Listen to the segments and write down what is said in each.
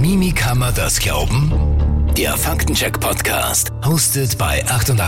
Mimi, kann man das glauben? Der Faktencheck-Podcast, hosted bei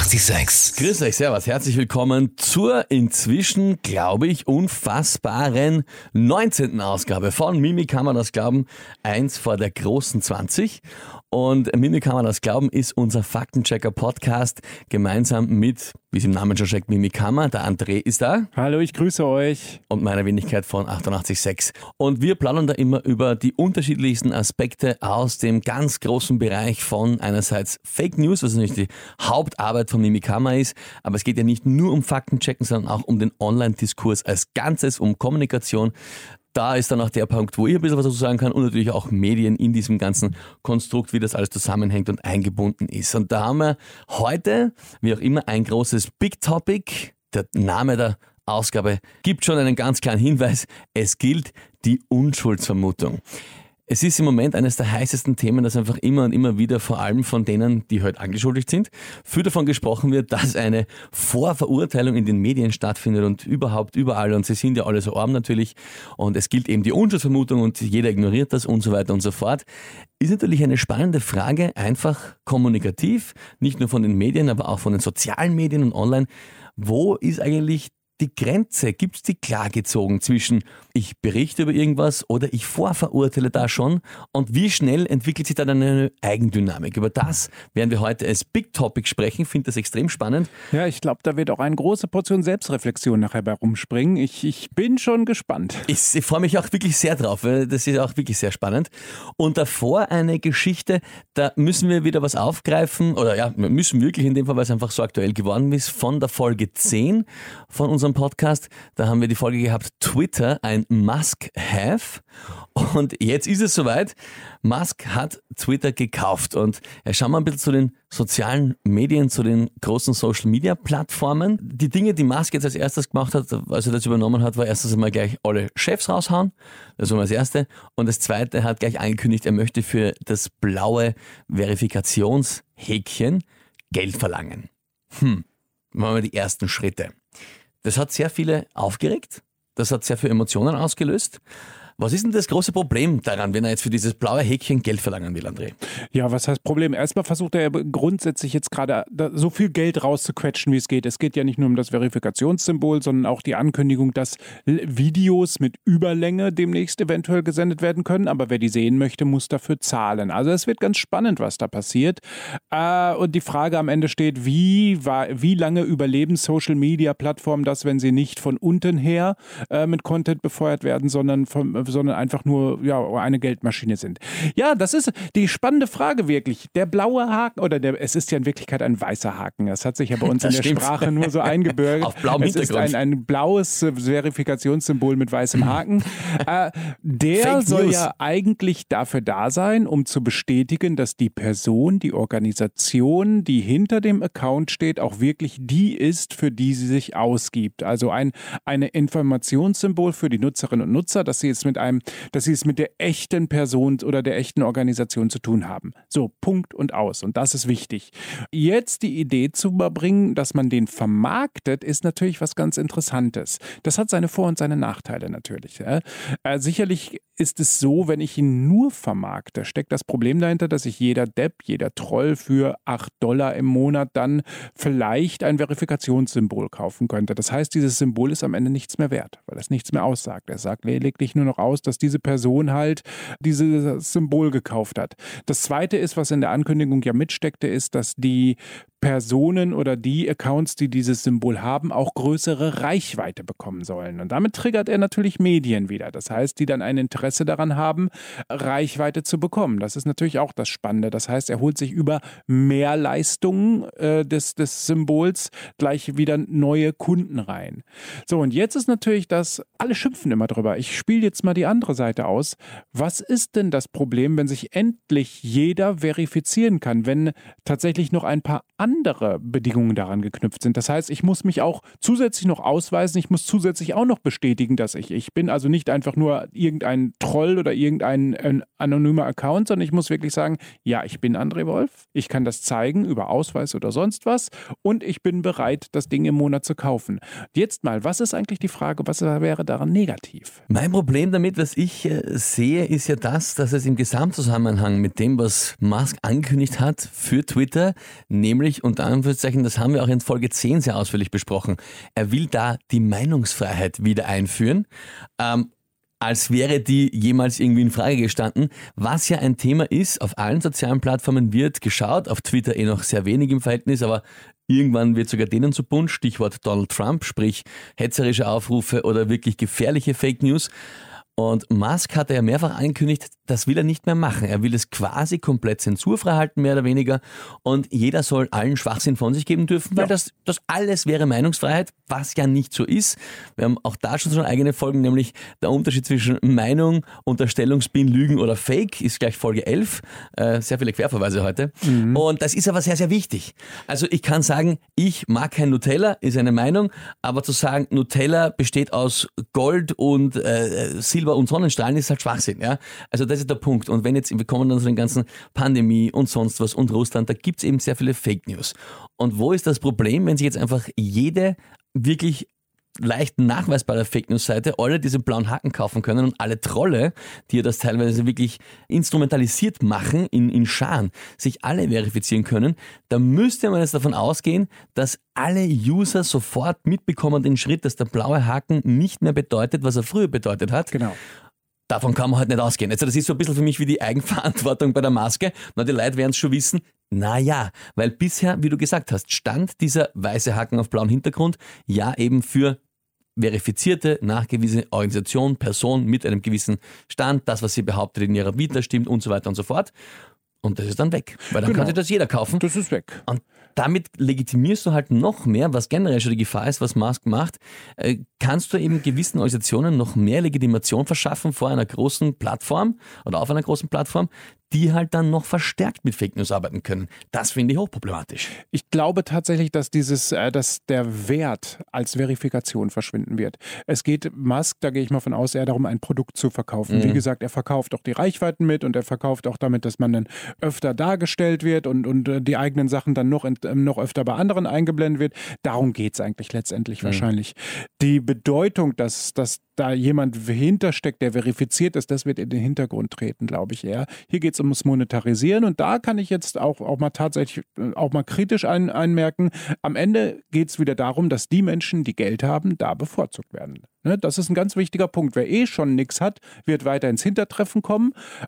886. Grüß euch, servus, herzlich willkommen zur inzwischen, glaube ich, unfassbaren 19. Ausgabe von Mimi, kann man das glauben? 1 vor der großen 20. Und Mimi, kann man das glauben, ist unser Faktenchecker-Podcast gemeinsam mit, wie es im Namen schon steckt, Mimi Kammer. Der André ist da. Hallo, ich grüße euch. Und meine Wenigkeit von 886. Und wir plaudern da immer über die unterschiedlichsten Aspekte aus dem ganz großen Bereich von einerseits Fake News, was natürlich die Hauptarbeit von Mimi Kammer ist, aber es geht ja nicht nur um Faktenchecken, sondern auch um den Online-Diskurs als Ganzes, um Kommunikation. Da ist dann auch der Punkt, wo ich ein bisschen was dazu sagen kann und natürlich auch Medien in diesem ganzen Konstrukt, wie das alles zusammenhängt und eingebunden ist. Und da haben wir heute, wie auch immer, ein großes Big Topic. Der Name der Ausgabe gibt schon einen ganz klaren Hinweis. Es gilt die Unschuldsvermutung. Es ist im Moment eines der heißesten Themen, das einfach immer und immer wieder, vor allem von denen, die heute angeschuldigt sind, viel davon gesprochen wird, dass eine Vorverurteilung in den Medien stattfindet und überhaupt überall. Und sie sind ja alle so arm natürlich. Und es gilt eben die Unschuldsvermutung und jeder ignoriert das und so weiter und so fort. Ist natürlich eine spannende Frage, einfach kommunikativ, nicht nur von den Medien, aber auch von den sozialen Medien und online. Wo ist eigentlich die Grenze? Gibt es die klar gezogen zwischen ich berichte über irgendwas oder ich vorverurteile da schon? Und wie schnell entwickelt sich da dann eine Eigendynamik? Über das werden wir heute als Big Topic sprechen. Finde das extrem spannend. Ja, ich glaube, da wird auch eine große Portion Selbstreflexion nachher bei rumspringen. Ich bin schon gespannt. Ich freue mich auch wirklich sehr drauf, weil das ist auch wirklich sehr spannend. Und davor eine Geschichte, da müssen wir wieder was aufgreifen, oder ja, wir müssen wirklich in dem Fall, weil es einfach so aktuell geworden ist, von der Folge 10 von unserem Podcast. Da haben wir die Folge gehabt, Twitter, ein Must-Have. Und jetzt ist es soweit. Musk hat Twitter gekauft. Und schauen wir ein bisschen zu den sozialen Medien, zu den großen Social-Media-Plattformen. Die Dinge, die Musk jetzt als erstes gemacht hat, als er das übernommen hat, war erstens einmal gleich alle Chefs raushauen. Das war mal das Erste. Und das Zweite, er hat gleich angekündigt, er möchte für das blaue Verifikationshäkchen Geld verlangen. Machen wir die ersten Schritte. Das hat sehr viele aufgeregt. Das hat sehr viele Emotionen ausgelöst. Was ist denn das große Problem daran, wenn er jetzt für dieses blaue Häkchen Geld verlangen will, André? Ja, was heißt Problem? Erstmal versucht er grundsätzlich jetzt gerade so viel Geld rauszuquetschen, wie es geht. Es geht ja nicht nur um das Verifikationssymbol, sondern auch die Ankündigung, dass Videos mit Überlänge demnächst eventuell gesendet werden können. Aber wer die sehen möchte, muss dafür zahlen. Also es wird ganz spannend, was da passiert. Und die Frage am Ende steht, wie lange überleben Social-Media-Plattformen das, wenn sie nicht von unten her mit Content befeuert werden, sondern einfach nur eine Geldmaschine sind. Ja, das ist die spannende Frage wirklich. Der blaue Haken, es ist ja in Wirklichkeit ein weißer Haken. Das hat sich ja bei uns in der Sprache nur so eingebürgert. Auf blauem Hintergrund. Es ist ein blaues Verifikationssymbol mit weißem Haken. Der soll ja eigentlich dafür da sein, um zu bestätigen, dass die Person, die Organisation, die hinter dem Account steht, auch wirklich die ist, für die sie sich ausgibt. Also ein Informationssymbol für die Nutzerinnen und Nutzer, dass sie es mit der echten Person oder der echten Organisation zu tun haben. So, Punkt und aus. Und das ist wichtig. Jetzt die Idee zu überbringen, dass man den vermarktet, ist natürlich was ganz Interessantes. Das hat seine Vor- und seine Nachteile natürlich. Sicherlich ist es so, wenn ich ihn nur vermarkte, steckt das Problem dahinter, dass sich jeder Depp, jeder Troll für $8 im Monat dann vielleicht ein Verifikationssymbol kaufen könnte. Das heißt, dieses Symbol ist am Ende nichts mehr wert, weil es nichts mehr aussagt. Es sagt lediglich nur noch aus, dass diese Person halt dieses Symbol gekauft hat. Das Zweite ist, was in der Ankündigung ja mitsteckte, ist, dass die Personen oder die Accounts, die dieses Symbol haben, auch größere Reichweite bekommen sollen. Und damit triggert er natürlich Medien wieder. Das heißt, die dann ein Interesse daran haben, Reichweite zu bekommen. Das ist natürlich auch das Spannende. Das heißt, er holt sich über Mehrleistungen des Symbols gleich wieder neue Kunden rein. So, und jetzt ist natürlich alle schimpfen immer drüber. Ich spiele jetzt mal die andere Seite aus. Was ist denn das Problem, wenn sich endlich jeder verifizieren kann, wenn tatsächlich noch ein paar andere andere Bedingungen daran geknüpft sind. Das heißt, ich muss mich auch zusätzlich noch ausweisen, ich muss zusätzlich auch noch bestätigen, dass ich bin. Also nicht einfach nur irgendein Troll oder irgendein anonymer Account, sondern ich muss wirklich sagen, ja, ich bin André Wolf, ich kann das zeigen über Ausweis oder sonst was und ich bin bereit, das Ding im Monat zu kaufen. Jetzt mal, was ist eigentlich die Frage, was wäre daran negativ? Mein Problem damit, was ich sehe, ist ja das, dass es im Gesamtzusammenhang mit dem, was Musk angekündigt hat für Twitter, nämlich unter Anführungszeichen, das haben wir auch in Folge 10 sehr ausführlich besprochen, er will da die Meinungsfreiheit wieder einführen, als wäre die jemals irgendwie in Frage gestanden, was ja ein Thema ist, auf allen sozialen Plattformen wird geschaut, auf Twitter noch sehr wenig im Verhältnis, aber irgendwann wird sogar denen zu bunt, Stichwort Donald Trump, sprich hetzerische Aufrufe oder wirklich gefährliche Fake News. Und Musk hat ja mehrfach angekündigt, das will er nicht mehr machen. Er will es quasi komplett zensurfrei halten, mehr oder weniger. Und jeder soll allen Schwachsinn von sich geben dürfen, weil das alles wäre Meinungsfreiheit, was ja nicht so ist. Wir haben auch da schon eigene Folgen, nämlich der Unterschied zwischen Meinung, Unterstellungsspin, Lügen oder Fake ist gleich Folge 11. Sehr viele Querverweise heute. Und das ist aber sehr, sehr wichtig. Also ich kann sagen, ich mag kein Nutella, ist eine Meinung, aber zu sagen, Nutella besteht aus Gold und Silber und Sonnenstrahlen ist halt Schwachsinn. Ja? Also das ist der Punkt. Und wenn jetzt, wir kommen dann zu den ganzen Pandemie und sonst was und Russland, da gibt es eben sehr viele Fake News. Und wo ist das Problem, wenn sich jetzt einfach jede wirklich leicht nachweisbare Fake News Seite alle diese blauen Haken kaufen können und alle Trolle, die ja das teilweise wirklich instrumentalisiert machen in Scharen, sich alle verifizieren können, da müsste man jetzt davon ausgehen, dass alle User sofort mitbekommen den Schritt, dass der blaue Haken nicht mehr bedeutet, was er früher bedeutet hat. Genau. Davon kann man halt nicht ausgehen. Also das ist so ein bisschen für mich wie die Eigenverantwortung bei der Maske. Na, die Leute werden es schon wissen. Naja, weil bisher, wie du gesagt hast, stand dieser weiße Haken auf blauem Hintergrund ja eben für verifizierte, nachgewiesene Organisation, Person mit einem gewissen Stand, das, was sie behauptet in ihrer Vita stimmt und so weiter und so fort. Und das ist dann weg, weil dann kann sich das jeder kaufen. Das ist weg. Und damit legitimierst du halt noch mehr, was generell schon die Gefahr ist, was Musk macht, kannst du eben gewissen Organisationen noch mehr Legitimation verschaffen vor einer großen Plattform oder auf einer großen Plattform, die halt dann noch verstärkt mit Fake News arbeiten können. Das finde ich hochproblematisch. Ich glaube tatsächlich, dass dass der Wert als Verifikation verschwinden wird. Es geht Musk, da gehe ich mal von aus, eher darum, ein Produkt zu verkaufen. Wie gesagt, er verkauft auch die Reichweiten mit und er verkauft auch damit, dass man dann öfter dargestellt wird und die eigenen Sachen dann noch öfter bei anderen eingeblendet wird. Darum geht es eigentlich letztendlich wahrscheinlich. Die Bedeutung, dass da jemand hintersteckt, der verifiziert ist, das wird in den Hintergrund treten, glaube ich eher. Hier geht es ums Monetarisieren und da kann ich jetzt auch mal tatsächlich auch mal kritisch einmerken. Am Ende geht es wieder darum, dass die Menschen, die Geld haben, da bevorzugt werden. Das ist ein ganz wichtiger Punkt. Wer schon nichts hat, wird weiter ins Hintertreffen kommen,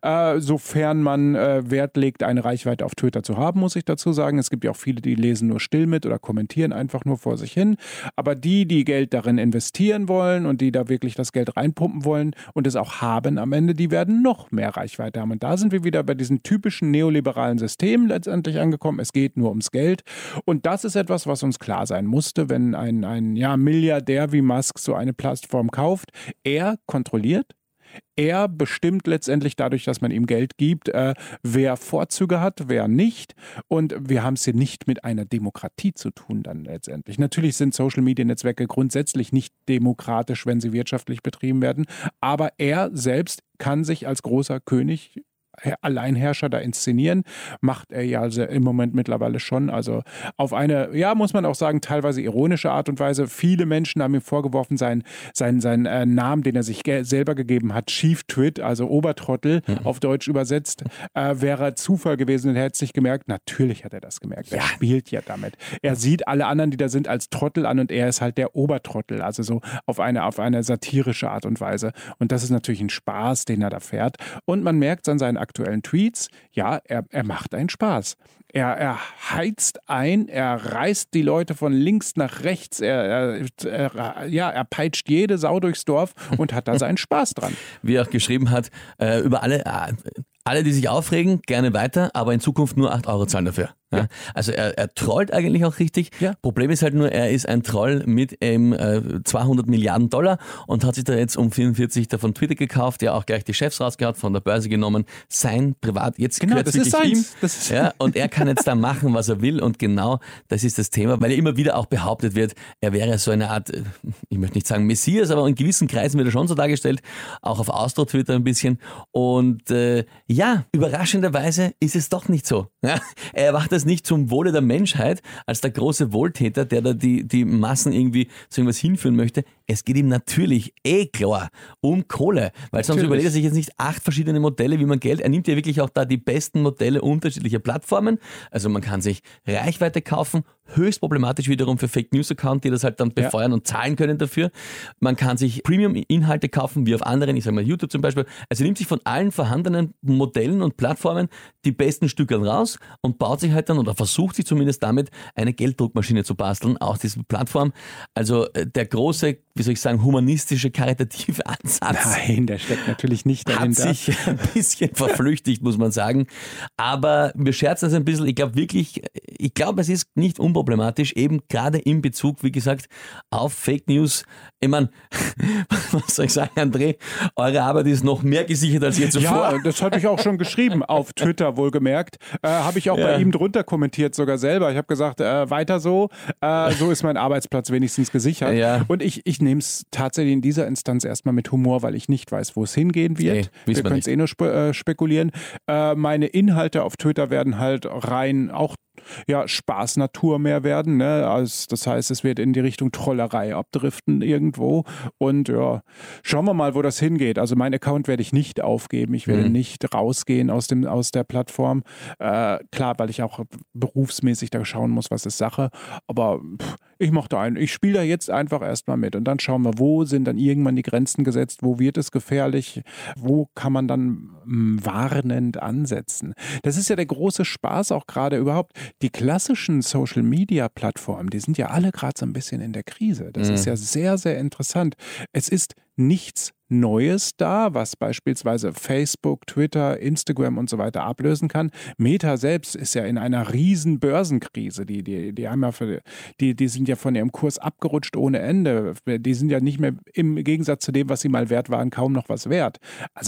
sofern man Wert legt, eine Reichweite auf Twitter zu haben, muss ich dazu sagen. Es gibt ja auch viele, die lesen nur still mit oder kommentieren einfach nur vor sich hin. Aber die Geld darin investieren wollen und die da wirklich das Geld reinpumpen wollen und es auch haben am Ende, die werden noch mehr Reichweite haben. Und da sind wir wieder bei diesen typischen neoliberalen Systemen letztendlich angekommen. Es geht nur ums Geld. Und das ist etwas, was uns klar sein musste, wenn ein Milliardär wie Musk so eine Plattform kauft. Er kontrolliert. Er bestimmt letztendlich dadurch, dass man ihm Geld gibt, wer Vorzüge hat, wer nicht. Und wir haben es hier nicht mit einer Demokratie zu tun dann letztendlich. Natürlich sind Social-Media-Netzwerke grundsätzlich nicht demokratisch, wenn sie wirtschaftlich betrieben werden. Aber er selbst kann sich als großer König Alleinherrscher da inszenieren, macht er ja also im Moment mittlerweile schon, also auf eine, muss man auch sagen, teilweise ironische Art und Weise. Viele Menschen haben ihm vorgeworfen, seinen Namen, den er sich selber gegeben hat, Chief Twit, also Obertrottel, auf Deutsch übersetzt, wäre Zufall gewesen und er hätte es sich gemerkt. Natürlich hat er das gemerkt. Er spielt ja damit. Er sieht alle anderen, die da sind, als Trottel an und er ist halt der Obertrottel, also so auf eine satirische Art und Weise. Und das ist natürlich ein Spaß, den er da fährt. Und man merkt es an seinen aktuellen Tweets, er macht einen Spaß. Er heizt ein, er reißt die Leute von links nach rechts, er peitscht jede Sau durchs Dorf und hat da seinen Spaß dran. Wie er auch geschrieben hat, über alle, die sich aufregen, gerne weiter, aber in Zukunft nur 8 € zahlen dafür. Ja. Also er trollt eigentlich auch richtig. Ja. Problem ist halt nur, er ist ein Troll mit 200 Milliarden Dollar und hat sich da jetzt um 44 davon Twitter gekauft, ja auch gleich die Chefs rausgehauen, von der Börse genommen, sein Privat, jetzt gehört es wirklich ihm. Ja, und er kann jetzt da machen, was er will und genau das ist das Thema, weil ja immer wieder auch behauptet wird, er wäre so eine Art, ich möchte nicht sagen Messias, aber in gewissen Kreisen wird er schon so dargestellt, auch auf Austro-Twitter ein bisschen und überraschenderweise ist es doch nicht so. Ja, er macht das nicht zum Wohle der Menschheit als der große Wohltäter, der da die Massen irgendwie zu irgendwas hinführen möchte. Es geht ihm natürlich klar um Kohle, weil sonst überlegt er sich jetzt nicht 8 verschiedene Modelle, wie man Geld, er nimmt ja wirklich auch da die besten Modelle unterschiedlicher Plattformen, also man kann sich Reichweite kaufen, höchst problematisch wiederum für Fake News Account, die das halt dann befeuern und zahlen können dafür. Man kann sich Premium-Inhalte kaufen, wie auf anderen, ich sage mal YouTube zum Beispiel. Also nimmt sich von allen vorhandenen Modellen und Plattformen die besten Stücke raus und baut sich halt dann oder versucht sich zumindest damit eine Gelddruckmaschine zu basteln aus dieser Plattform. Also der große, wie soll ich sagen, humanistische, karitative Ansatz. Nein, der steckt natürlich nicht dahinter. Hat sich ein bisschen verflüchtigt, muss man sagen. Aber wir scherzen es ein bisschen. Ich glaube, es ist nicht unproblematisch, eben gerade in Bezug, wie gesagt, auf Fake News. Ich meine, was soll ich sagen, André? Eure Arbeit ist noch mehr gesichert als je zuvor. Ja, das hatte ich auch schon geschrieben, auf Twitter wohlgemerkt. Habe ich auch bei ihm drunter kommentiert, sogar selber. Ich habe gesagt, weiter so. So ist mein Arbeitsplatz wenigstens gesichert. Ja. Und ich nehme es tatsächlich in dieser Instanz erstmal mit Humor, weil ich nicht weiß, wo es hingehen wird. Wir können es nur spekulieren. Meine Inhalte auf Twitter werden halt rein auch Spaß-Natur mehr werden. Ne? Also, das heißt, es wird in die Richtung Trollerei abdriften irgendwo. Und schauen wir mal, wo das hingeht. Also mein Account werde ich nicht aufgeben. Ich werde nicht rausgehen aus der Plattform. Klar, weil ich auch berufsmäßig da schauen muss, was ist Sache. Aber ich spiele da jetzt einfach erstmal mit. Und dann schauen wir, wo sind dann irgendwann die Grenzen gesetzt, wo wird es gefährlich, wo kann man dann warnend ansetzen. Das ist ja der große Spaß auch gerade überhaupt. Die klassischen Social-Media-Plattformen, die sind ja alle gerade so ein bisschen in der Krise. Das ist ja sehr, sehr interessant. Es ist nichts Neues da, was beispielsweise Facebook, Twitter, Instagram und so weiter ablösen kann. Meta selbst ist ja in einer riesen Börsenkrise. Die haben die sind ja von ihrem Kurs abgerutscht ohne Ende. Die sind ja nicht mehr im Gegensatz zu dem, was sie mal wert waren, kaum noch was wert. Also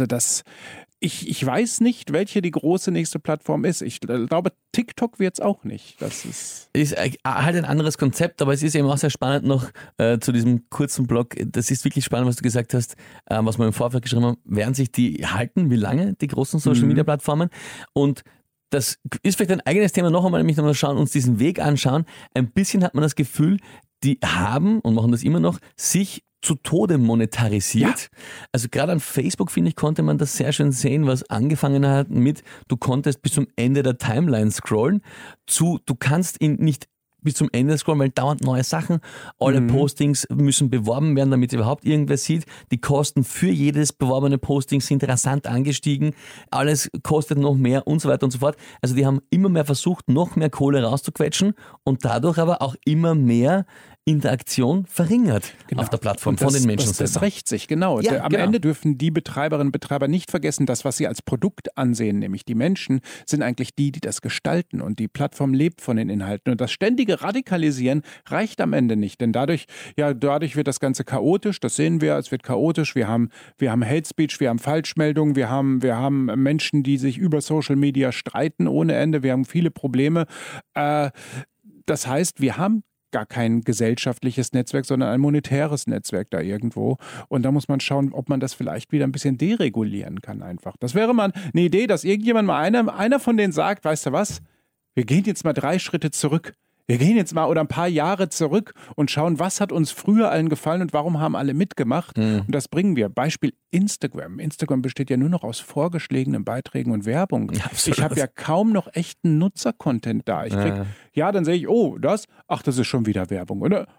ich weiß nicht, welche die große nächste Plattform ist. Ich glaube, TikTok wird es auch nicht. Das ist halt ein anderes Konzept, aber es ist eben auch sehr spannend noch zu diesem kurzen Blog. Das ist wirklich spannend, was du gesagt hast, was wir im Vorfeld geschrieben haben. Werden sich die halten? Wie lange, die großen Social-Media-Plattformen? Und das ist vielleicht ein eigenes Thema noch einmal, nämlich nochmal schauen, uns diesen Weg anschauen. Ein bisschen hat man das Gefühl, die haben und machen das immer noch, sich zu Tode monetarisiert. Ja. Also gerade an Facebook, finde ich, konnte man das sehr schön sehen, was angefangen hat mit, du konntest bis zum Ende der Timeline scrollen, du kannst ihn nicht bis zum Ende scrollen, weil dauernd neue Sachen, alle Postings müssen beworben werden, damit überhaupt irgendwer sieht. Die Kosten für jedes beworbene Posting sind rasant angestiegen, alles kostet noch mehr und so weiter und so fort. Also die haben immer mehr versucht, noch mehr Kohle rauszuquetschen und dadurch aber auch immer mehr Interaktion verringert auf der Plattform von den Menschen selber. Das rächt sich, genau. Ja, Am Ende dürfen die Betreiberinnen und Betreiber nicht vergessen, das, was sie als Produkt ansehen, nämlich die Menschen, sind eigentlich die das gestalten und die Plattform lebt von den Inhalten. Und das ständige Radikalisieren reicht am Ende nicht, denn dadurch wird das Ganze chaotisch, das sehen wir, es wird chaotisch, wir haben Hate Speech, wir haben Falschmeldungen, wir haben Menschen, die sich über Social Media streiten ohne Ende, wir haben viele Probleme. Das heißt, wir haben gar kein gesellschaftliches Netzwerk, sondern ein monetäres Netzwerk da irgendwo. Und da muss man schauen, ob man das vielleicht wieder ein bisschen deregulieren kann einfach. Das wäre mal eine Idee, dass irgendjemand mal einer von denen sagt, weißt du was, wir gehen jetzt mal 3 Schritte zurück. Wir gehen jetzt mal oder ein paar Jahre zurück und schauen, was hat uns früher allen gefallen und warum haben alle mitgemacht. Und das bringen wir. Beispiel Instagram. Instagram besteht ja nur noch aus vorgeschlagenen Beiträgen und Werbung. Ja, ich habe ja kaum noch echten Nutzer-Content da. Dann sehe ich, das ist schon wieder Werbung. Oder?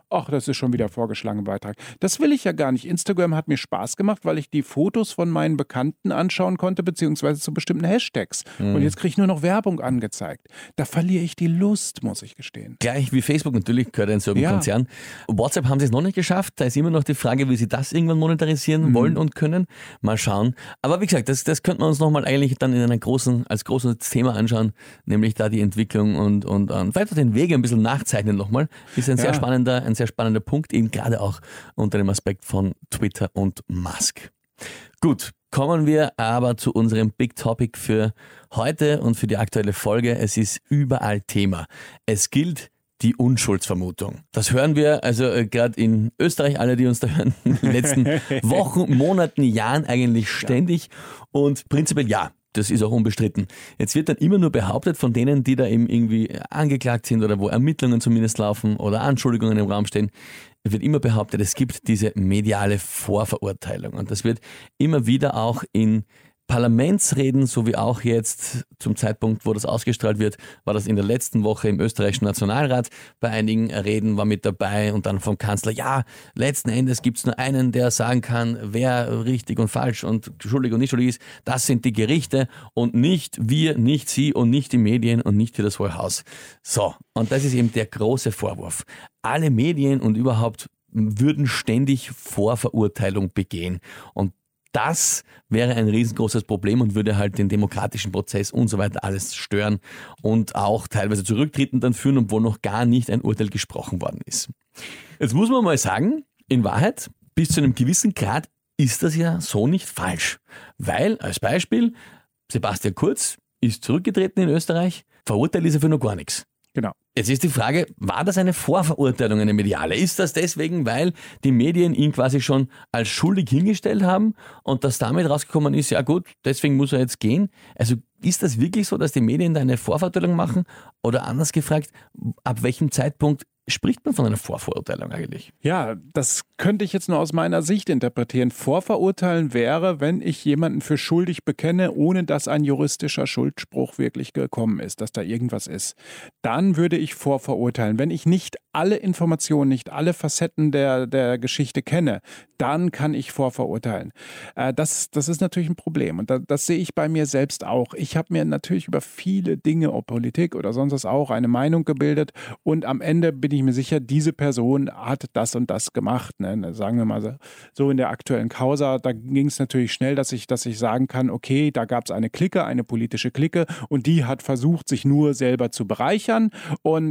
ach, das ist schon wieder vorgeschlagen im Beitrag. Das will ich ja gar nicht. Instagram hat mir Spaß gemacht, weil ich die Fotos von meinen Bekannten anschauen konnte, beziehungsweise zu bestimmten Hashtags. Und jetzt kriege ich nur noch Werbung angezeigt. Da verliere ich die Lust, muss ich gestehen. Gleich wie Facebook natürlich, gehört ein solchen Konzern. WhatsApp haben sie es noch nicht geschafft. Da ist immer noch die Frage, wie sie das irgendwann monetarisieren wollen und können. Mal schauen. Aber wie gesagt, das könnten wir uns nochmal eigentlich dann als großes Thema anschauen, nämlich da die Entwicklung und vielleicht auch den Weg ein bisschen nachzeichnen nochmal. Ist ein sehr spannender Punkt, eben gerade auch unter dem Aspekt von Twitter und Musk. Gut, kommen wir aber zu unserem Big Topic für heute und für die aktuelle Folge. Es ist überall Thema. Es gilt die Unschuldsvermutung. Das hören wir also gerade in Österreich, alle, die uns da hören, in den letzten Wochen, Monaten, Jahren eigentlich ständig. Und prinzipiell ja, das ist auch unbestritten. Jetzt wird dann immer nur behauptet von denen, die da eben irgendwie angeklagt sind oder wo Ermittlungen zumindest laufen oder Anschuldigungen im Raum stehen, wird immer behauptet, es gibt diese mediale Vorverurteilung. Und das wird immer wieder auch in Parlamentsreden, so wie auch jetzt zum Zeitpunkt, wo das ausgestrahlt wird, war das in der letzten Woche im österreichischen Nationalrat. Bei einigen Reden war mit dabei und dann vom Kanzler, ja, letzten Endes gibt es nur einen, der sagen kann, wer richtig und falsch und schuldig und nicht schuldig ist. Das sind die Gerichte und nicht wir, nicht Sie und nicht die Medien und nicht hier das Hohe Haus. So, und das ist eben der große Vorwurf. Alle Medien und überhaupt würden ständig Vorverurteilung begehen. Und das wäre ein riesengroßes Problem und würde halt den demokratischen Prozess und so weiter alles stören und auch teilweise zu Rücktritten dann führen, obwohl noch gar nicht ein Urteil gesprochen worden ist. Jetzt muss man mal sagen, in Wahrheit, bis zu einem gewissen Grad ist das ja so nicht falsch. Weil, als Beispiel, Sebastian Kurz ist zurückgetreten in Österreich, verurteilt ist er für noch gar nichts. Genau. Jetzt ist die Frage, war das eine Vorverurteilung, eine mediale? Ist das deswegen, weil die Medien ihn quasi schon als schuldig hingestellt haben und das damit rausgekommen ist, ja gut, deswegen muss er jetzt gehen? Also ist das wirklich so, dass die Medien da eine Vorverurteilung machen? Oder anders gefragt, ab welchem Zeitpunkt spricht man von einer Vorverurteilung eigentlich? Ja, das könnte ich jetzt nur aus meiner Sicht interpretieren. Vorverurteilen wäre, wenn ich jemanden für schuldig bekenne, ohne dass ein juristischer Schuldspruch wirklich gekommen ist, dass da irgendwas ist. Dann würde ich vorverurteilen. Wenn ich nicht alle Informationen, nicht alle Facetten der Geschichte kenne, dann kann ich vorverurteilen. Das ist natürlich ein Problem und das sehe ich bei mir selbst auch. Ich habe mir natürlich über viele Dinge, ob Politik oder sonst was auch, eine Meinung gebildet und am Ende bin ich mir sicher, diese Person hat das und das gemacht. Ne? Sagen wir mal so in der aktuellen Causa, da ging es natürlich schnell, dass ich sagen kann, okay, da gab es eine Clique, eine politische Clique und die hat versucht, sich nur selber zu bereichern und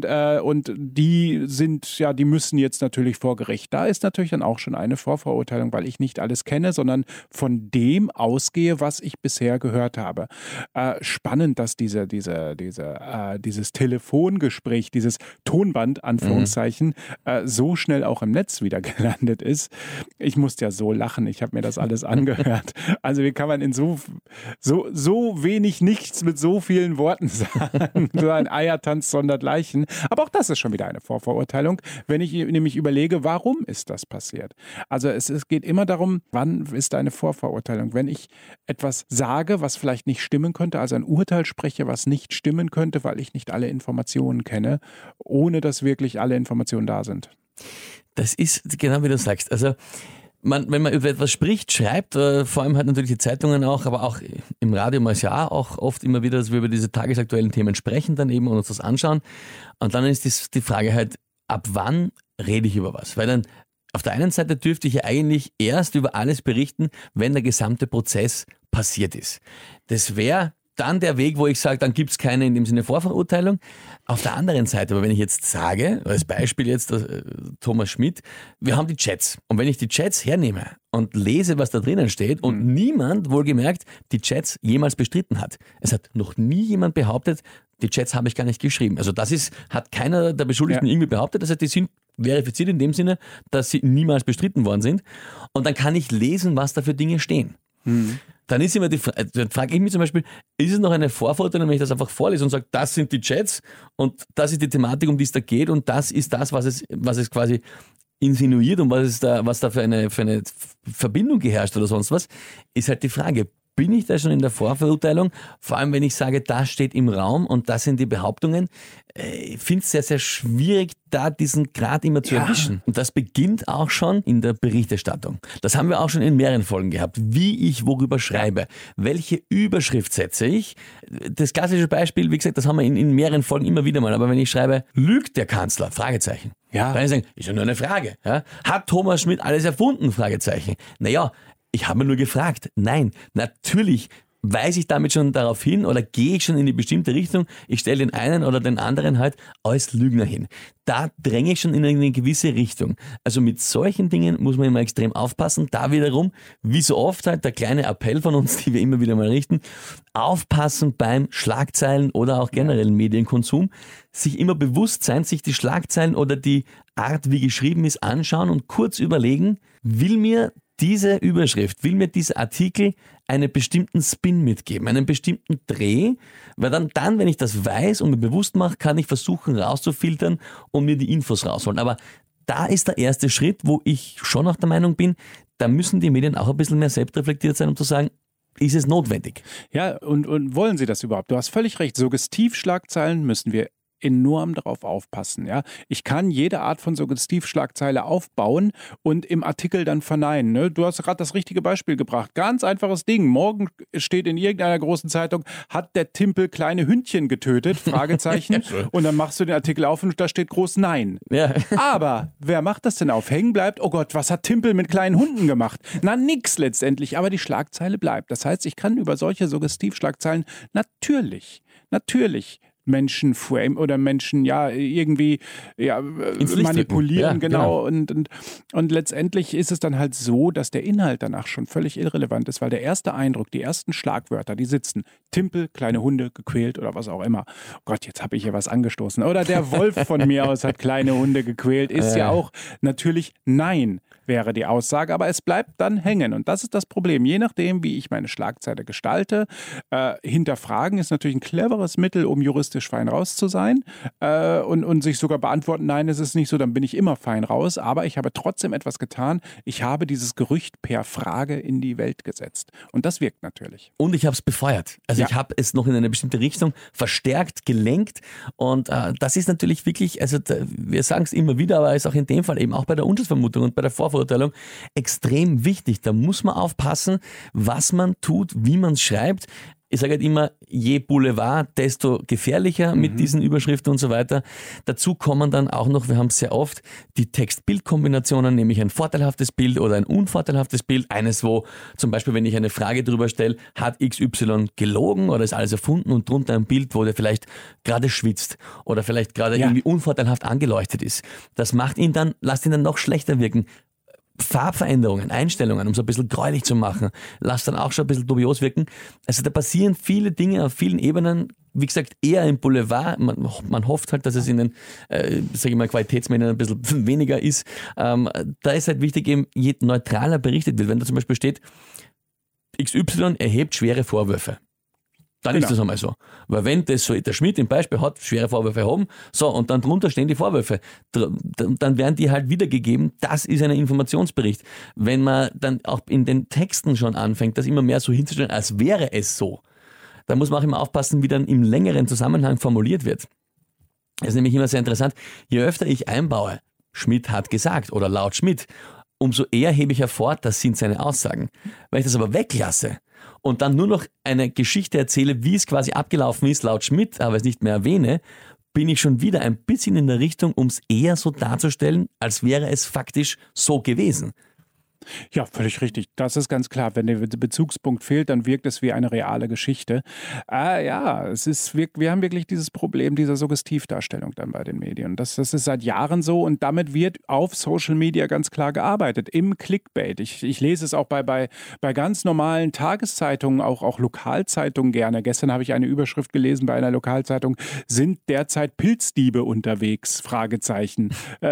die die müssen jetzt natürlich vor Gericht. Da ist natürlich dann auch schon eine Vorverurteilung, weil ich nicht alles kenne, sondern von dem ausgehe, was ich bisher gehört habe. Spannend, dass dieses Telefongespräch, dieses Tonband, Anführungszeichen, so schnell auch im Netz wieder gelandet ist. Ich musste ja so lachen, ich habe mir das alles angehört. Also wie kann man in so wenig nichts mit so vielen Worten sagen? So ein Eiertanz sondergleichen. Aber auch das ist schon wieder eine Vorverurteilung, wenn ich nämlich überlege, warum ist das passiert? Also es geht immer darum, wann ist eine Vorverurteilung? Wenn ich etwas sage, was vielleicht nicht stimmen könnte, also ein Urteil spreche, was nicht stimmen könnte, weil ich nicht alle Informationen kenne, ohne dass wirklich alle Informationen da sind. Das ist genau wie du sagst. Also wenn man über etwas spricht, schreibt, vor allem halt natürlich die Zeitungen auch, aber auch im Radio mal ja auch oft immer wieder, dass wir über diese tagesaktuellen Themen sprechen dann eben und uns das anschauen. Und dann ist die Frage halt, ab wann rede ich über was? Weil dann auf der einen Seite dürfte ich ja eigentlich erst über alles berichten, wenn der gesamte Prozess passiert ist. Das wäre dann der Weg, wo ich sage, dann gibt es keine in dem Sinne Vorverurteilung. Auf der anderen Seite, aber wenn ich jetzt sage, als Beispiel jetzt Thomas Schmidt, wir haben die Chats. Und wenn ich die Chats hernehme und lese, was da drinnen steht und niemand, wohlgemerkt, die Chats jemals bestritten hat. Es hat noch nie jemand behauptet, die Chats habe ich gar nicht geschrieben. Also hat keiner der Beschuldigten irgendwie behauptet. Das heißt, die sind verifiziert in dem Sinne, dass sie niemals bestritten worden sind. Und dann kann ich lesen, was da für Dinge stehen. Dann ist immer dann frage ich mich zum Beispiel, ist es noch eine Vorverurteilung, wenn ich das einfach vorlese und sage, das sind die Chats und das ist die Thematik, um die es da geht und das ist das, was es quasi insinuiert und was da für eine Verbindung geherrscht oder sonst was, ist halt die Frage, bin ich da schon in der Vorverurteilung, vor allem wenn ich sage, das steht im Raum und das sind die Behauptungen. Ich finde es sehr, sehr schwierig, da diesen Grad immer zu erwischen. Und das beginnt auch schon in der Berichterstattung. Das haben wir auch schon in mehreren Folgen gehabt, wie ich worüber schreibe, welche Überschrift setze ich. Das klassische Beispiel, wie gesagt, das haben wir in mehreren Folgen immer wieder mal, aber wenn ich schreibe, lügt der Kanzler? Fragezeichen. Ja. Dann sagen, ist ja nur eine Frage. Ja? Hat Thomas Schmidt alles erfunden? Fragezeichen. Naja, ich habe nur gefragt. Nein, natürlich weise ich damit schon darauf hin oder gehe ich schon in eine bestimmte Richtung. Ich stelle den einen oder den anderen halt als Lügner hin. Da dränge ich schon in eine gewisse Richtung. Also mit solchen Dingen muss man immer extrem aufpassen. Da wiederum, wie so oft halt der kleine Appell von uns, die wir immer wieder mal richten, aufpassen beim Schlagzeilen oder auch generellen Medienkonsum. Sich immer bewusst sein, sich die Schlagzeilen oder die Art, wie geschrieben ist, anschauen und kurz überlegen, will mir diese Überschrift, will mir dieser Artikel einen bestimmten Spin mitgeben, einen bestimmten Dreh, weil dann, wenn ich das weiß und mir bewusst mache, kann ich versuchen rauszufiltern und mir die Infos rausholen. Aber da ist der erste Schritt, wo ich schon auch der Meinung bin, da müssen die Medien auch ein bisschen mehr selbstreflektiert sein, um zu sagen, ist es notwendig? Ja, und wollen sie das überhaupt? Du hast völlig recht, Suggestivschlagzeilen müssen wir enorm darauf aufpassen. Ja? Ich kann jede Art von Suggestivschlagzeile aufbauen und im Artikel dann verneinen. Ne? Du hast gerade das richtige Beispiel gebracht. Ganz einfaches Ding. Morgen steht in irgendeiner großen Zeitung, hat der Timpel kleine Hündchen getötet? Fragezeichen. Und dann machst du den Artikel auf und da steht groß Nein. Ja. Aber wer macht das denn auf? Hängen bleibt, oh Gott, was hat Timpel mit kleinen Hunden gemacht? Na, nix letztendlich, aber die Schlagzeile bleibt. Das heißt, ich kann über solche Suggestivschlagzeilen natürlich Menschen frame oder Menschen irgendwie manipulieren, ja, genau. Und letztendlich ist es dann halt so, dass der Inhalt danach schon völlig irrelevant ist, weil der erste Eindruck, die ersten Schlagwörter, die sitzen, Timpel, kleine Hunde, gequält oder was auch immer. Oh Gott, jetzt habe ich hier was angestoßen. Oder der Wolf von mir aus hat kleine Hunde gequält, ist ja auch natürlich Nein, wäre die Aussage, aber es bleibt dann hängen und das ist das Problem. Je nachdem, wie ich meine Schlagzeile gestalte, hinterfragen ist natürlich ein cleveres Mittel, um juristisch fein raus zu sein und sich sogar beantworten, nein, es ist nicht so, dann bin ich immer fein raus, aber ich habe trotzdem etwas getan. Ich habe dieses Gerücht per Frage in die Welt gesetzt und das wirkt natürlich. Und ich habe es befeuert. Also ich habe es noch in eine bestimmte Richtung verstärkt, gelenkt und das ist natürlich wirklich, also wir sagen es immer wieder, aber ist auch in dem Fall eben auch bei der Unschuldsvermutung und bei der Vorverurteilung extrem wichtig. Da muss man aufpassen, was man tut, wie man es schreibt. Ich sage halt immer, je Boulevard, desto gefährlicher mit diesen Überschriften und so weiter. Dazu kommen dann auch noch, wir haben es sehr oft, die Text-Bild-Kombinationen, nämlich ein vorteilhaftes Bild oder ein unvorteilhaftes Bild. Eines, wo zum Beispiel, wenn ich eine Frage drüber stelle, hat XY gelogen oder ist alles erfunden und drunter ein Bild, wo der vielleicht gerade schwitzt oder vielleicht gerade irgendwie unvorteilhaft angeleuchtet ist. Das macht ihn dann, lasst ihn dann noch schlechter wirken. Farbveränderungen, Einstellungen, um es ein bisschen gräulich zu machen, lasst dann auch schon ein bisschen dubios wirken. Also da passieren viele Dinge auf vielen Ebenen, wie gesagt, eher im Boulevard. Man hofft halt, dass es in den, sage ich mal, Qualitätsmedien ein bisschen weniger ist. Da ist halt wichtig, eben, je neutraler berichtet wird. Wenn da zum Beispiel steht, XY erhebt schwere Vorwürfe. Dann ist das einmal so. Weil wenn das so, der Schmidt im Beispiel hat schwere Vorwürfe erhoben, so, und dann drunter stehen die Vorwürfe, dann werden die halt wiedergegeben, das ist ein Informationsbericht. Wenn man dann auch in den Texten schon anfängt, das immer mehr so hinzustellen, als wäre es so, dann muss man auch immer aufpassen, wie dann im längeren Zusammenhang formuliert wird. Das ist nämlich immer sehr interessant. Je öfter ich einbaue, Schmidt hat gesagt oder laut Schmidt, umso eher hebe ich hervor, das sind seine Aussagen. Wenn ich das aber weglasse, und dann nur noch eine Geschichte erzähle, wie es quasi abgelaufen ist, laut Schmidt, aber es nicht mehr erwähne, bin ich schon wieder ein bisschen in der Richtung, um es eher so darzustellen, als wäre es faktisch so gewesen. Ja, völlig richtig. Das ist ganz klar. Wenn der Bezugspunkt fehlt, dann wirkt es wie eine reale Geschichte. Wir haben wirklich dieses Problem dieser Suggestivdarstellung dann bei den Medien. Das ist seit Jahren so und damit wird auf Social Media ganz klar gearbeitet, im Clickbait. Ich lese es auch bei ganz normalen Tageszeitungen, auch Lokalzeitungen gerne. Gestern habe ich eine Überschrift gelesen bei einer Lokalzeitung, sind derzeit Pilzdiebe unterwegs? Fragezeichen.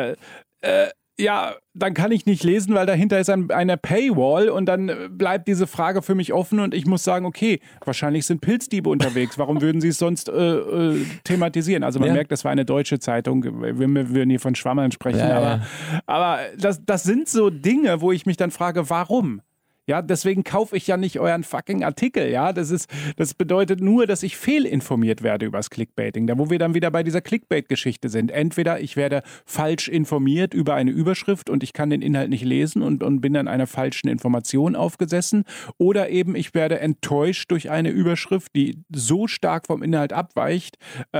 Ja, dann kann ich nicht lesen, weil dahinter ist eine Paywall und dann bleibt diese Frage für mich offen und ich muss sagen, okay, wahrscheinlich sind Pilzdiebe unterwegs. Warum würden sie es sonst thematisieren? Also man merkt, das war eine deutsche Zeitung. Wir würden hier von Schwammeln sprechen, aber das sind so Dinge, wo ich mich dann frage, warum? Ja, deswegen kaufe ich ja nicht euren fucking Artikel. Ja, das bedeutet nur, dass ich fehlinformiert werde übers Clickbaiting. Da wo wir dann wieder bei dieser Clickbait-Geschichte sind. Entweder ich werde falsch informiert über eine Überschrift und ich kann den Inhalt nicht lesen und bin an einer falschen Information aufgesessen. Oder eben ich werde enttäuscht durch eine Überschrift, die so stark vom Inhalt abweicht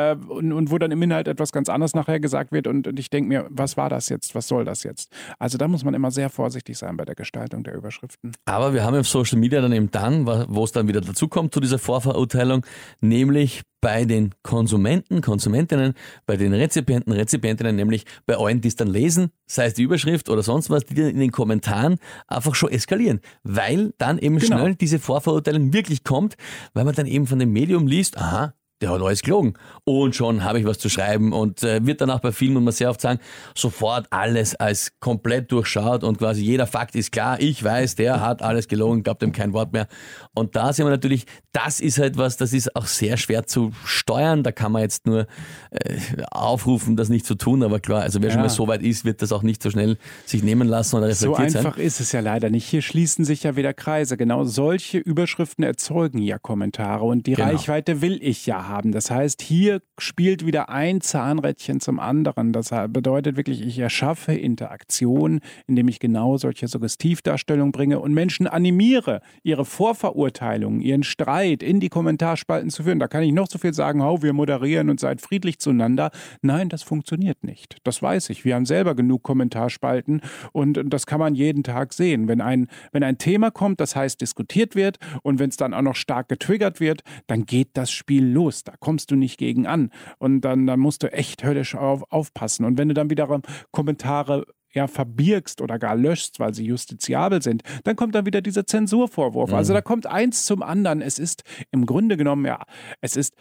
und wo dann im Inhalt etwas ganz anderes nachher gesagt wird und ich denke mir, was war das jetzt? Was soll das jetzt? Also da muss man immer sehr vorsichtig sein bei der Gestaltung der Überschriften. Aber wir haben auf Social Media dann eben wo es dann wieder dazu kommt zu dieser Vorverurteilung, nämlich bei den Konsumentinnen, bei den Rezipientinnen, nämlich bei allen, die es dann lesen, sei es die Überschrift oder sonst was, die dann in den Kommentaren einfach schon eskalieren, weil dann eben schnell diese Vorverurteilung wirklich kommt, weil man dann eben von dem Medium liest, aha, der hat alles gelogen. Und schon habe ich was zu schreiben und wird dann auch bei vielen, muss man sehr oft sagen, sofort alles als komplett durchschaut und quasi jeder Fakt ist klar, ich weiß, der hat alles gelogen, glaubt ihm kein Wort mehr. Und da sehen wir natürlich, das ist halt was, das ist auch sehr schwer zu steuern, da kann man jetzt nur aufrufen, das nicht zu tun, aber klar, also wer schon mal so weit ist, wird das auch nicht so schnell sich nehmen lassen oder reflektiert sein. So einfach ist es ja leider nicht. Hier schließen sich ja wieder Kreise. Genau solche Überschriften erzeugen ja Kommentare und die Reichweite will ich ja haben. Das heißt, hier spielt wieder ein Zahnrädchen zum anderen. Das bedeutet wirklich, ich erschaffe Interaktion, indem ich genau solche Suggestivdarstellungen bringe und Menschen animiere, ihre Vorverurteilungen, ihren Streit in die Kommentarspalten zu führen. Da kann ich noch so viel sagen, wir moderieren und seid friedlich zueinander. Nein, das funktioniert nicht. Das weiß ich. Wir haben selber genug Kommentarspalten und das kann man jeden Tag sehen. Wenn ein Thema kommt, das heißt diskutiert wird und wenn es dann auch noch stark getriggert wird, dann geht das Spiel los. Da kommst du nicht gegen an. Und dann musst du echt höllisch aufpassen. Und wenn du dann wiederum Kommentare verbirgst oder gar löschst, weil sie justiziabel sind, dann kommt dann wieder dieser Zensurvorwurf. Also da kommt eins zum anderen. Es ist im Grunde genommen, es ist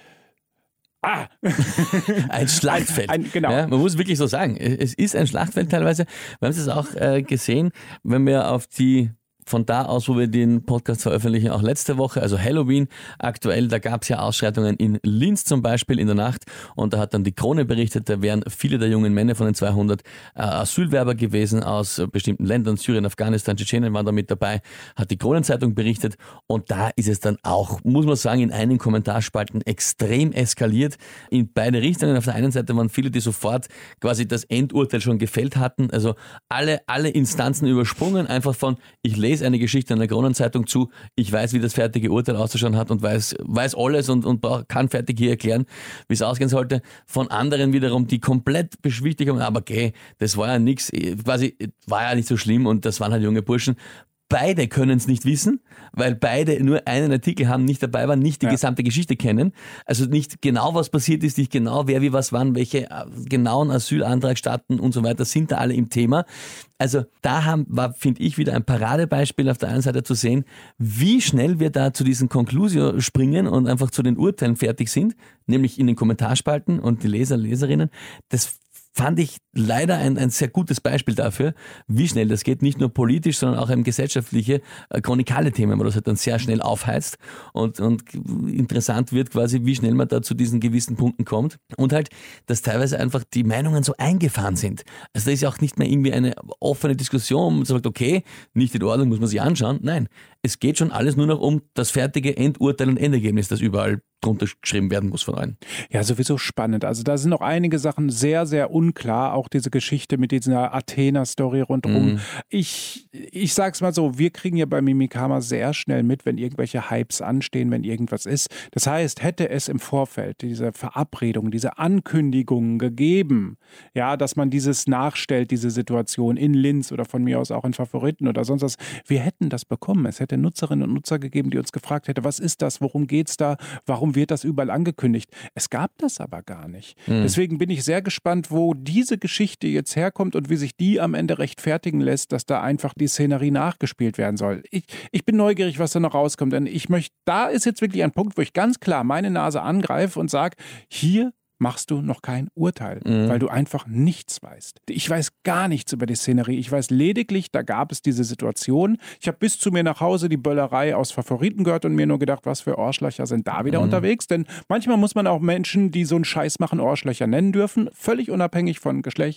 ein Schlachtfeld. Genau. Ja, man muss wirklich so sagen. Es ist ein Schlachtfeld teilweise. Wir haben es auch gesehen, wenn wir auf die von da aus, wo wir den Podcast veröffentlichen, auch letzte Woche, also Halloween aktuell, da gab es ja Ausschreitungen in Linz zum Beispiel in der Nacht und da hat dann die Krone berichtet, da wären viele der jungen Männer von den 200 Asylwerber gewesen aus bestimmten Ländern, Syrien, Afghanistan, Tschetschenien waren da mit dabei, hat die Kronenzeitung berichtet und da ist es dann auch, muss man sagen, in einigen Kommentarspalten extrem eskaliert in beide Richtungen. Auf der einen Seite waren viele, die sofort quasi das Endurteil schon gefällt hatten, also alle Instanzen übersprungen, einfach von, ich lese eine Geschichte in der Kronenzeitung zu, ich weiß, wie das fertige Urteil auszuschauen hat und weiß alles und kann fertig hier erklären, wie es ausgehen sollte. Von anderen wiederum, die komplett beschwichtigt haben, aber okay, das war ja nichts, quasi war ja nicht so schlimm und das waren halt junge Burschen. Beide können es nicht wissen, weil beide nur einen Artikel haben, nicht dabei waren, nicht die gesamte Geschichte kennen. Also nicht genau, was passiert ist, nicht genau, wer wie was wann, welche genauen Asylantragstaaten und so weiter sind da alle im Thema. Also da war, finde ich, wieder ein Paradebeispiel auf der einen Seite zu sehen, wie schnell wir da zu diesen Conclusio springen und einfach zu den Urteilen fertig sind, nämlich in den Kommentarspalten und die Leser, Leserinnen. Das fand ich leider ein sehr gutes Beispiel dafür, wie schnell das geht, nicht nur politisch, sondern auch gesellschaftliche, chronikale Themen, wo das halt dann sehr schnell aufheizt und interessant wird quasi, wie schnell man da zu diesen gewissen Punkten kommt und halt, dass teilweise einfach die Meinungen so eingefahren sind. Also da ist ja auch nicht mehr irgendwie eine offene Diskussion, wo man sagt, okay, nicht in Ordnung, muss man sich anschauen. Nein, es geht schon alles nur noch um das fertige Endurteil und Endergebnis, das überall drunter geschrieben werden muss von allen. Ja, sowieso spannend. Also da sind noch einige Sachen sehr, sehr unklar. Auch diese Geschichte mit dieser Athena-Story rundherum. Ich sag's mal so, wir kriegen ja bei Mimikama sehr schnell mit, wenn irgendwelche Hypes anstehen, wenn irgendwas ist. Das heißt, hätte es im Vorfeld diese Verabredung, diese Ankündigungen gegeben, ja, dass man dieses nachstellt, diese Situation in Linz oder von mir aus auch in Favoriten oder sonst was, wir hätten das bekommen. Es hätte Nutzerinnen und Nutzer gegeben, die uns gefragt hätten, was ist das, worum geht's da, warum wird das überall angekündigt? Es gab das aber gar nicht. Deswegen bin ich sehr gespannt, wo diese Geschichte jetzt herkommt und wie sich die am Ende rechtfertigen lässt, dass da einfach die Szenerie nachgespielt werden soll. Ich bin neugierig, was da noch rauskommt, denn da ist jetzt wirklich ein Punkt, wo ich ganz klar meine Nase angreife und sage, hier machst du noch kein Urteil, weil du einfach nichts weißt. Ich weiß gar nichts über die Szenerie. Ich weiß lediglich, da gab es diese Situation. Ich habe bis zu mir nach Hause die Böllerei aus Favoriten gehört und mir nur gedacht, was für Arschlöcher sind da wieder unterwegs. Denn manchmal muss man auch Menschen, die so einen Scheiß machen, Arschlöcher nennen dürfen, völlig unabhängig von Geschlecht,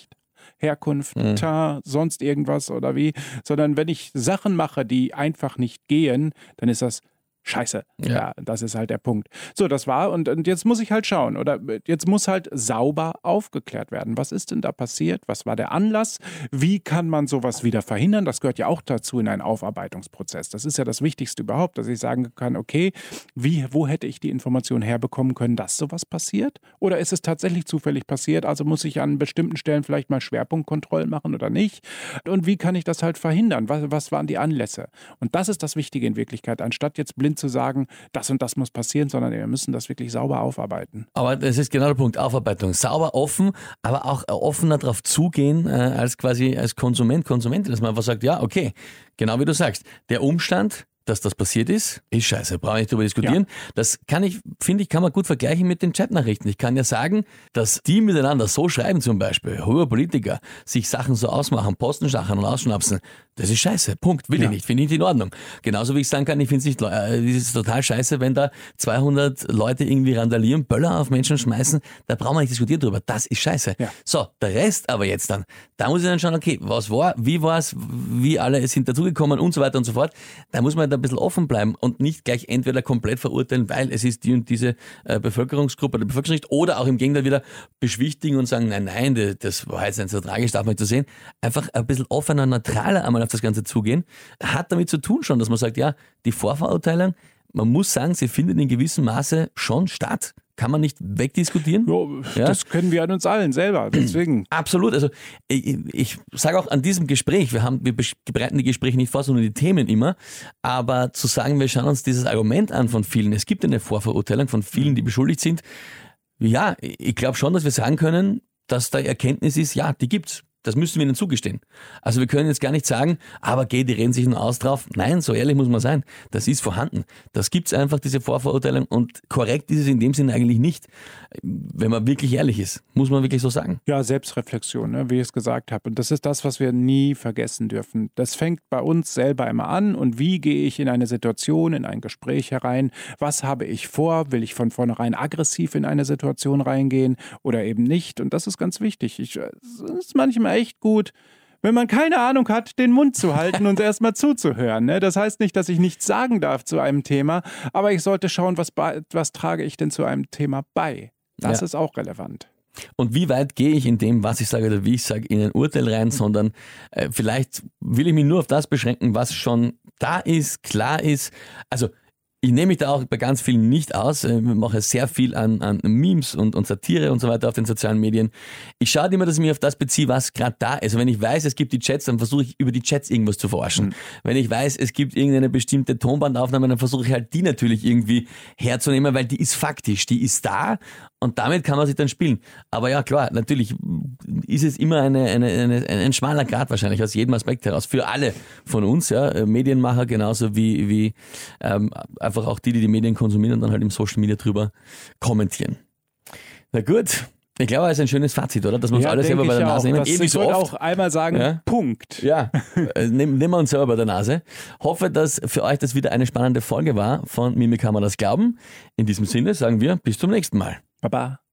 Herkunft, sonst irgendwas oder wie, sondern wenn ich Sachen mache, die einfach nicht gehen, dann ist das Scheiße. Ja, das ist halt der Punkt. So, das war und jetzt muss ich halt schauen oder jetzt muss halt sauber aufgeklärt werden. Was ist denn da passiert? Was war der Anlass? Wie kann man sowas wieder verhindern? Das gehört ja auch dazu in einen Aufarbeitungsprozess. Das ist ja das Wichtigste überhaupt, dass ich sagen kann, okay, wo hätte ich die Information herbekommen können, dass sowas passiert? Oder ist es tatsächlich zufällig passiert? Also muss ich an bestimmten Stellen vielleicht mal Schwerpunktkontrollen machen oder nicht? Und wie kann ich das halt verhindern? Was waren die Anlässe? Und das ist das Wichtige in Wirklichkeit, anstatt jetzt blind zu sagen, das und das muss passieren, sondern wir müssen das wirklich sauber aufarbeiten. Aber das ist genau der Punkt, Aufarbeitung. Sauber, offen, aber auch offener darauf zugehen, als quasi als Konsumentin, dass man einfach sagt, ja, okay, genau wie du sagst, der Umstand, dass das passiert ist scheiße, brauche ich nicht darüber diskutieren. Ja. Das finde ich, kann man gut vergleichen mit den Chatnachrichten. Ich kann ja sagen, dass die miteinander so schreiben zum Beispiel, hohe Politiker, sich Sachen so ausmachen, Postenstacheln und ausschnapsen, das ist scheiße, Punkt, will ich nicht, finde ich nicht in Ordnung. Genauso wie ich sagen kann, ich finde es total scheiße, wenn da 200 Leute irgendwie randalieren, Böller auf Menschen schmeißen, da brauchen wir nicht diskutieren drüber, das ist scheiße. Ja. So, der Rest aber jetzt dann, da muss ich dann schauen, okay, was war, wie war es, wie alle sind dazugekommen und so weiter und so fort, da muss man ein bisschen offen bleiben und nicht gleich entweder komplett verurteilen, weil es ist die und diese Bevölkerungsgruppe der Bevölkerungsschicht oder auch im Gegenteil wieder beschwichtigen und sagen, nein, das war jetzt nicht so tragisch, darf man nicht so sehen. Einfach ein bisschen offener, neutraler einmal auf das Ganze zugehen. Hat damit zu tun schon, dass man sagt, ja, die Vorverurteilung, man muss sagen, sie findet in gewissem Maße schon statt. Kann man nicht wegdiskutieren? Ja, das können wir an uns allen selber, deswegen. Absolut, also ich sage auch an diesem Gespräch, wir bereiten die Gespräche nicht vor, sondern die Themen immer, aber zu sagen, wir schauen uns dieses Argument an von vielen, es gibt eine Vorverurteilung von vielen, die beschuldigt sind, ja, ich glaube schon, dass wir sagen können, dass da Erkenntnis ist, ja, die gibt's. Das müssen wir ihnen zugestehen. Also wir können jetzt gar nicht sagen, aber die reden sich nur aus drauf. Nein, so ehrlich muss man sein. Das ist vorhanden. Das gibt's einfach, diese Vorverurteilung. Und korrekt ist es in dem Sinne eigentlich nicht, wenn man wirklich ehrlich ist. Muss man wirklich so sagen. Ja, Selbstreflexion, ne, wie ich es gesagt habe. Und das ist das, was wir nie vergessen dürfen. Das fängt bei uns selber immer an. Und wie gehe ich in eine Situation, in ein Gespräch herein? Was habe ich vor? Will ich von vornherein aggressiv in eine Situation reingehen oder eben nicht? Und das ist ganz wichtig. Es ist manchmal echt gut, wenn man keine Ahnung hat, den Mund zu halten und erstmal zuzuhören. Ne? Das heißt nicht, dass ich nichts sagen darf zu einem Thema, aber ich sollte schauen, was trage ich denn zu einem Thema bei. Das ist auch relevant. Und wie weit gehe ich in dem, was ich sage oder wie ich sage, in ein Urteil rein, sondern vielleicht will ich mich nur auf das beschränken, was schon da ist, klar ist. Also ich nehme mich da auch bei ganz vielen nicht aus. Ich mache sehr viel an Memes und Satire und so weiter auf den sozialen Medien. Ich schaue immer, dass ich mich auf das beziehe, was gerade da ist. Also wenn ich weiß, es gibt die Chats, dann versuche ich über die Chats irgendwas zu forschen. Wenn ich weiß, es gibt irgendeine bestimmte Tonbandaufnahme, dann versuche ich halt die natürlich irgendwie herzunehmen, weil die ist faktisch, die ist da und damit kann man sich dann spielen. Aber ja, klar, natürlich ist es immer ein schmaler Grat wahrscheinlich aus jedem Aspekt heraus. Für alle von uns, ja, Medienmacher genauso wie einfach auch die Medien konsumieren und dann halt im Social Media drüber kommentieren. Na gut, ich glaube, das ist ein schönes Fazit, oder? Dass wir uns alle selber bei der Nase nehmen. Ich wollte auch einmal sagen, Punkt. Ja, nehmen wir uns selber bei der Nase. Hoffe, dass für euch das wieder eine spannende Folge war von Mimi kann man das glauben. In diesem Sinne sagen wir bis zum nächsten Mal. Baba.